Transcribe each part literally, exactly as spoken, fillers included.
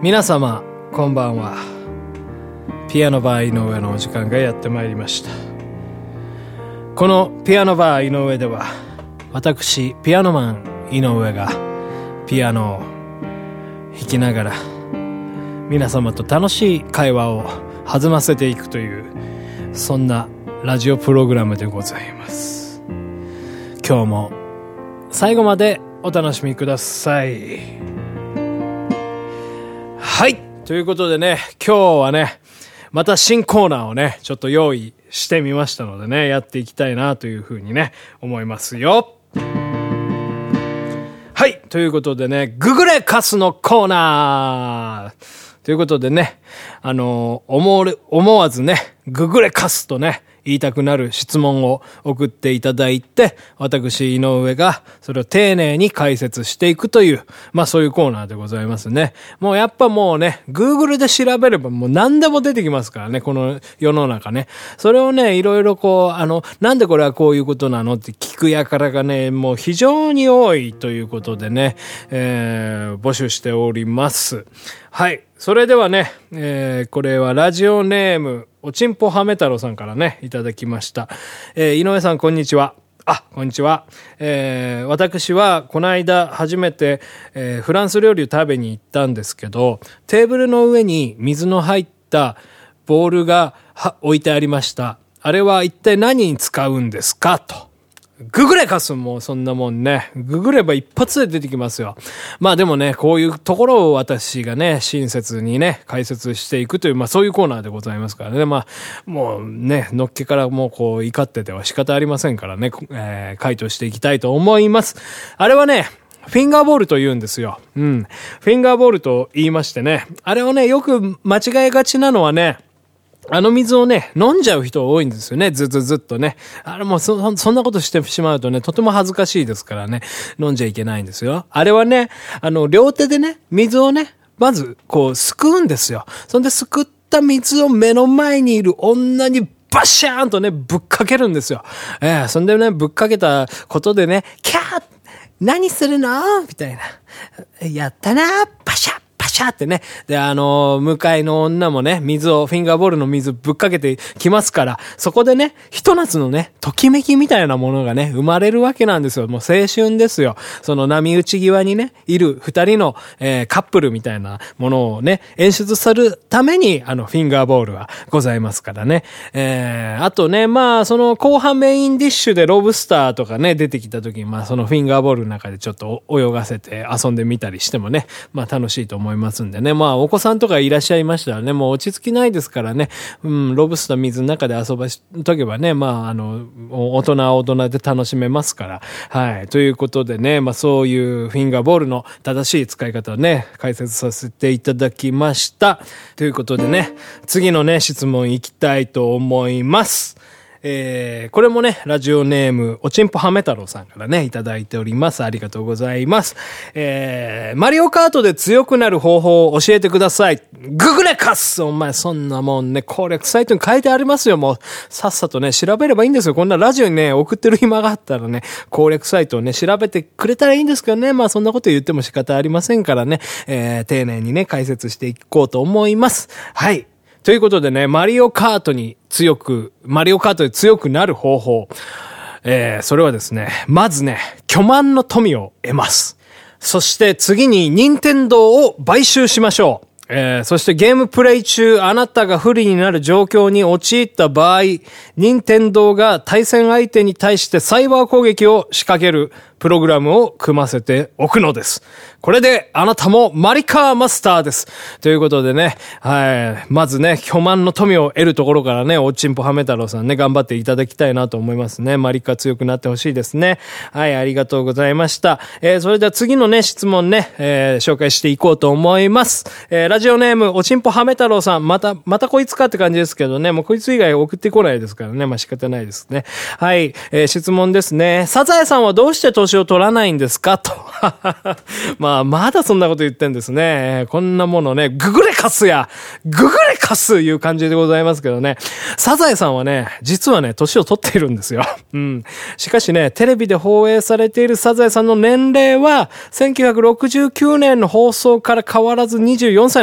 皆様こんばんは。ピアノバー井上のお時間がやってまいりました。このピアノバー井上では、私ピアノマン井上がピアノを弾きながら皆様と楽しい会話を弾ませていくという、そんなラジオプログラムでございます。今日も最後までお楽しみください。はい、ということでね、今日はねまた新コーナーをねちょっと用意してみましたのでね、やっていきたいなというふうにね思いますよ。はい、ということでね、ググレカスのコーナーということでね、あのー、思う、思わずねググレカスとね言いたくなる質問を送っていただいて、私井上がそれを丁寧に解説していくという、まあそういうコーナーでございますね。もうやっぱもうね Google で調べればもう何でも出てきますからね、この世の中ね。それをねいろいろこうあのなんでこれはこういうことなのって聞く輩がねもう非常に多いということでね、えー、募集しております。はい、それではね、えー、これはラジオネームおちんぽはめ太郎さんからねいただきました。えー、井上さんこんにちは。あ、こんにちは。えー、私はこの間初めて、えー、フランス料理を食べに行ったんですけど、テーブルの上に水の入ったボールが置いてありました。あれは一体何に使うんですかと。ググレカスもそんなもんね、ググれば一発で出てきますよ。まあでもね、こういうところを私がね親切にね解説していくという、まあそういうコーナーでございますからね。まあもうねのっけからもうこう怒ってては仕方ありませんからね、えー、回答していきたいと思います。あれはねフィンガーボールと言うんですよ。うん。フィンガーボールと言いましてね、あれをねよく間違えがちなのはね、あの水をね、飲んじゃう人多いんですよね。ずっとずっとね。あれもうそ、そんなことしてしまうとね、とても恥ずかしいですからね、飲んじゃいけないんですよ。あれはね、あの、両手でね、水をね、まず、こう、すくうんですよ。そんで、すくった水を目の前にいる女にバシャーンとね、ぶっかけるんですよ。ええ、そんでね、ぶっかけたことでね、キャー何するのみたいな。やったなパシャッパシャってね。で、あのー、向かいの女もね、水を、フィンガーボールの水ぶっかけてきますから、そこでね、ひと夏のね、ときめきみたいなものがね、生まれるわけなんですよ。もう青春ですよ。その波打ち際にね、いる二人の、えー、カップルみたいなものをね、演出するために、あの、フィンガーボールはございますからね。えー、あとね、まあ、その後半メインディッシュでロブスターとかね、出てきた時に、まあ、そのフィンガーボールの中でちょっと泳がせて遊んでみたりしてもね、まあ、楽しいと思いますんでね。まあお子さんとかいらっしゃいましたらね、もう落ち着きないですからね、うん、ロブスター水の中で遊ばしとけばね、まああの大人は大人で楽しめますから。はい、ということでね、まあそういうフィンガーボールの正しい使い方をね解説させていただきました。ということでね、次のね質問いきたいと思います。えー、これもね、ラジオネーム、おちんぽはめ太郎さんからね、いただいております。ありがとうございます。えー、マリオカートで強くなる方法を教えてください。ググレカスお前、そんなもんね、攻略サイトに書いてありますよ。もう、さっさとね、調べればいいんですよ。こんなラジオにね、送ってる暇があったらね、攻略サイトをね、調べてくれたらいいんですけどね。まあ、そんなこと言っても仕方ありませんからね、えー、丁寧にね、解説していこうと思います。はい。ということでね、マリオカートに強く、マリオカートで強くなる方法。えー、それはですね、まずね、巨万の富を得ます。そして次に任天堂を買収しましょう。えー、そしてゲームプレイ中、あなたが不利になる状況に陥った場合、任天堂が対戦相手に対してサイバー攻撃を仕掛けるプログラムを組ませておくのです。これであなたもマリカーマスターです。ということでね、はい。まずね、巨万の富を得るところからね、おちんぽはめ太郎さんね、頑張っていただきたいなと思いますね。マリカ強くなってほしいですね。はい、ありがとうございました。えー、それでは次のね、質問ね、えー、紹介していこうと思います。えー、ラジオネーム、おちんぽはめ太郎さん、また、またこいつかって感じですけどね、もうこいつ以外送ってこないですからね、まあ仕方ないですね。はい、えー、質問ですね。サザエさんはどうして年を取らないんですかと。まあ、まだそんなこと言ってんですね。こんなものね、ググレカスや、ググレカスいう感じでございますけどね。サザエさんはね、実はね、年を取っているんですよ。うん。しかしね、テレビで放映されているサザエさんの年齢は、せんきゅうひゃくろくじゅうきゅうねんの放送から変わらずにじゅうよんさい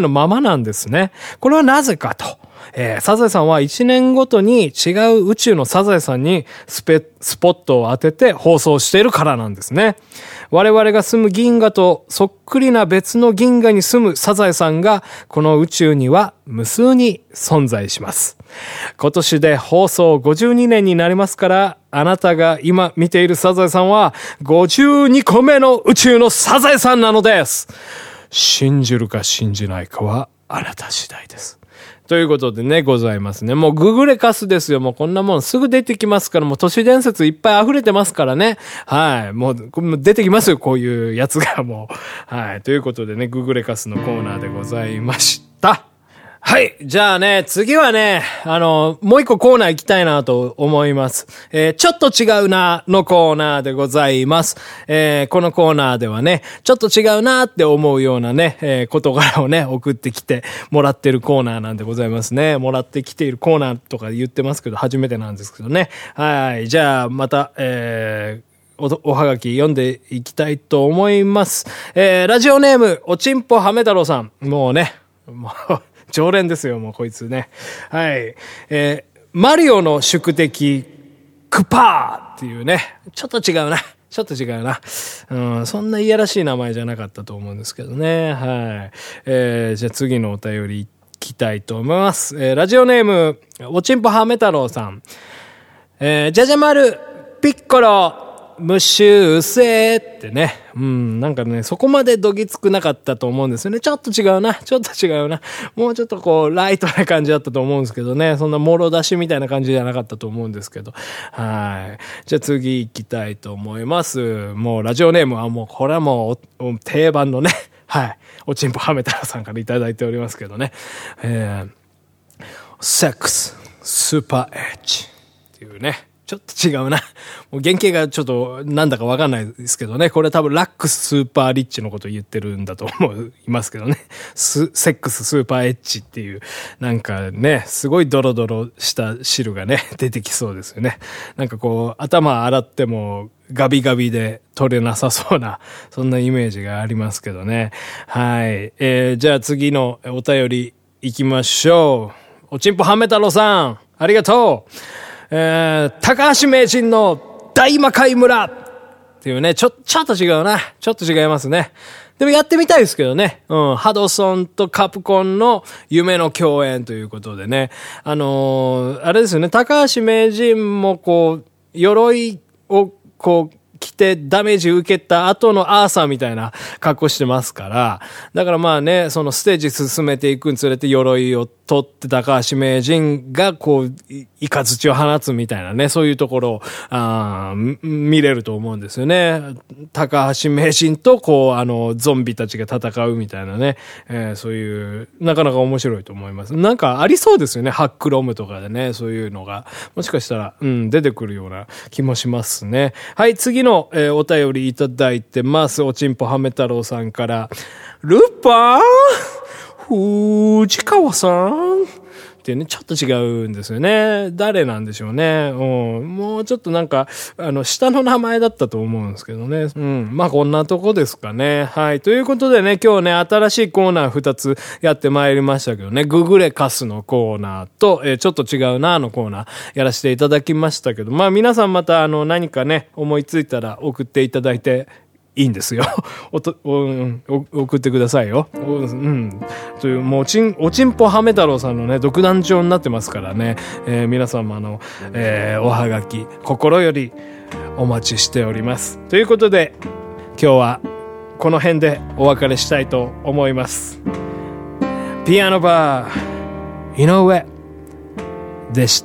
来のままなんですね。これはなぜかと。えー、サザエさんはいちねんごとに違う宇宙のサザエさんにスペ、スポットを当てて放送しているからなんですね。我々が住む銀河とそっくりな別の銀河に住むサザエさんがこの宇宙には無数に存在します。今年で放送ごじゅうにねんになりますから、あなたが今見ているサザエさんはごじゅうにこめの宇宙のサザエさんなのです。信じるか信じないかはあなた次第です。ということでね、ございますね。もうググレカスですよ。もうこんなもんすぐ出てきますから、もう都市伝説いっぱい溢れてますからね。はい。もう出てきますよ、こういうやつがもう。はい。ということでね、ググレカスのコーナーでございました。はい。じゃあね、次はね、あの、もう一個コーナー行きたいなと思います。えー、ちょっと違うなのコーナーでございます。えー、このコーナーではね、ちょっと違うなって思うようなね、えー、事柄をね、送ってきてもらってるコーナーなんでございますね。もらってきているコーナーとか言ってますけど、初めてなんですけどね。はい。じゃあ、また、えー、お、おはがき読んでいきたいと思います。えー、ラジオネーム、おちんぽはめ太郎さん。もうね、もう、常連ですよ、もうこいつね。はい。えー、マリオの宿敵、クパーっていうね。ちょっと違うな。ちょっと違うな。うん、そんないやらしい名前じゃなかったと思うんですけどね。はい。えー、じゃあ次のお便りいきたいと思います。えー、ラジオネーム、おちんぽはめ太郎さん。えー、じゃじゃ丸、ピッコロ、無修正ってね。うん、なんかね、そこまでどぎつくなかったと思うんですよね。ちょっと違うな。ちょっと違うな。もうちょっとこう、ライトな感じだったと思うんですけどね。そんなもろ出しみたいな感じじゃなかったと思うんですけど。はい。じゃあ次行きたいと思います。もうラジオネームはもう、これはもう、定番のね。はい。おちんぽはめたらさんからいただいておりますけどね。えー、セックス、スーパーエッジっていうね。ちょっと違うな。もう原型がちょっとなんだかわかんないですけどね。これ多分ラックススーパーリッチのこと言ってるんだと思いますけどね。ス、セックススーパーエッジっていう、なんかね、すごいドロドロした汁がね、出てきそうですよね。なんかこう、頭洗ってもガビガビで取れなさそうな、そんなイメージがありますけどね。はい。えー、じゃあ次のお便り行きましょう。おちんぽはめ太郎さん、ありがとう。えー、高橋名人の大魔界村っていうね、ちょ、ちょっと違うな。ちょっと違いますね。でもやってみたいですけどね。うん。ハドソンとカプコンの夢の共演ということでね。あのー、あれですよね。高橋名人もこう、鎧をこう、着てダメージ受けた後のアーサーみたいな格好してますから。だからまあね、そのステージ進めていくにつれて鎧を取って高橋名人がこう、イカズチを放つみたいなね、そういうところを、あ見れると思うんですよね。高橋名人とこう、あの、ゾンビたちが戦うみたいなね、えー、そういう、なかなか面白いと思います。なんかありそうですよね、ハックロムとかでね、そういうのが。もしかしたら、うん、出てくるような気もしますね。はい、次のえー、お便りいただいてます。おちんぽはめ太郎さんから、ルパン藤川さんってね、ちょっと違うんですよね。誰なんでしょうね。うん。もうちょっとなんか、あの、下の名前だったと思うんですけどね。うん。まあ、こんなとこですかね。はい。ということでね、今日ね、新しいコーナーふたつやってまいりましたけどね、ググレカスのコーナーと、えー、ちょっと違うなーのコーナーやらせていただきましたけど、まあ、皆さんまた、あの、何かね、思いついたら送っていただいて、いいんですよ。おと、お、お、送ってくださいよ。お、うん。という、もう、おちん、おちんぽはめ太郎さんのね、独壇場になってますからね。えー、皆様の、えー、おはがき、心よりお待ちしております。ということで、今日は、この辺でお別れしたいと思います。ピアノバー、井上でした。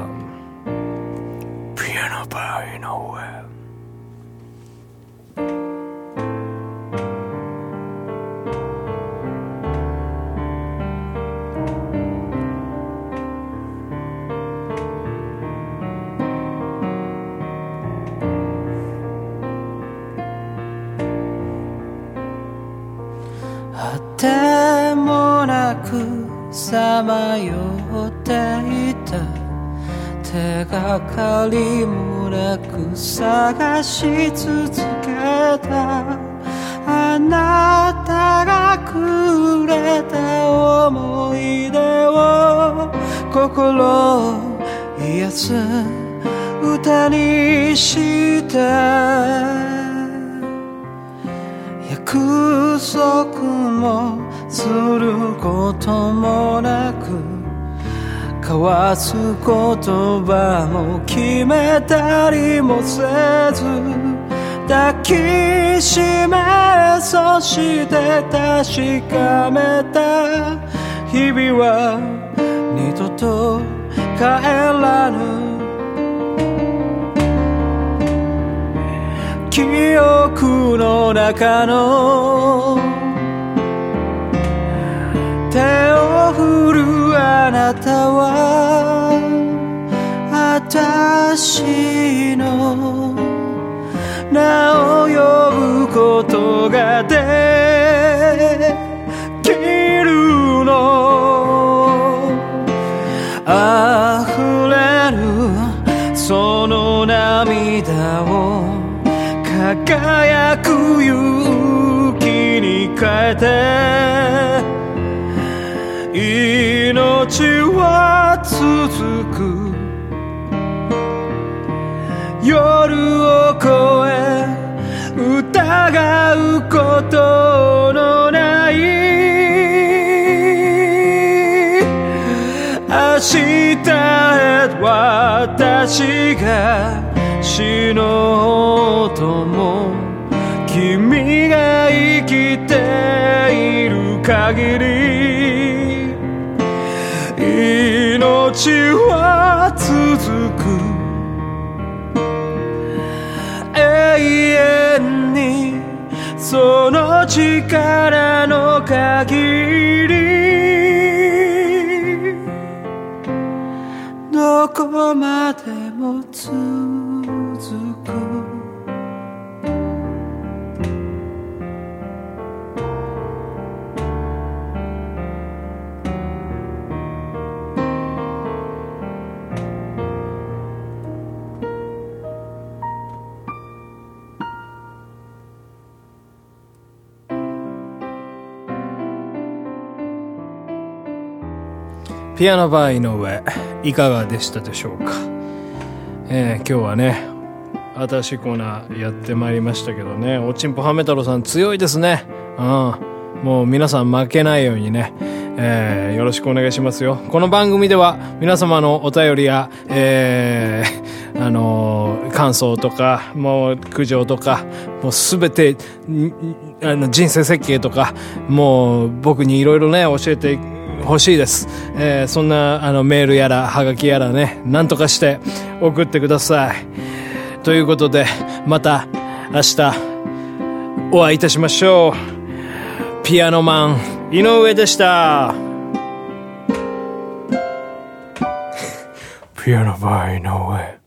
ピアノバー、井上。 あてもなくさまよっていた手がかりもなく探し続けたあなたがくれた心癒す歌にした約束もすることもなく交わす言葉も決めたりもせず抱きしめそして確かめた日々は二度と帰らぬ記憶の中の手を振るあなたは私の名を呼ぶことができるの溢れるその涙を輝く勇気に変えて命は続く夜を越え疑うことのない明日へ私が死のうとも君が生きている限り命は続く永遠にその力の限りどこまでも続くピアノバー井上いかがでしたでしょうか。えー、今日はね新しいコーナーやってまいりましたけどね、おちんぽはめ太郎さん強いですね。うん、もう皆さん負けないようにね、えー、よろしくお願いしますよ。この番組では皆様のお便りや、えー、あのー、感想とかもう苦情とかもうすべてあの人生設計とかもう僕にいろいろね教えて欲しいです。えー、そんなあのメールやらハガキやらねなんとかして送ってください。ということでまた明日お会いいたしましょう。ピアノマン井上でした。ピアノバー井上。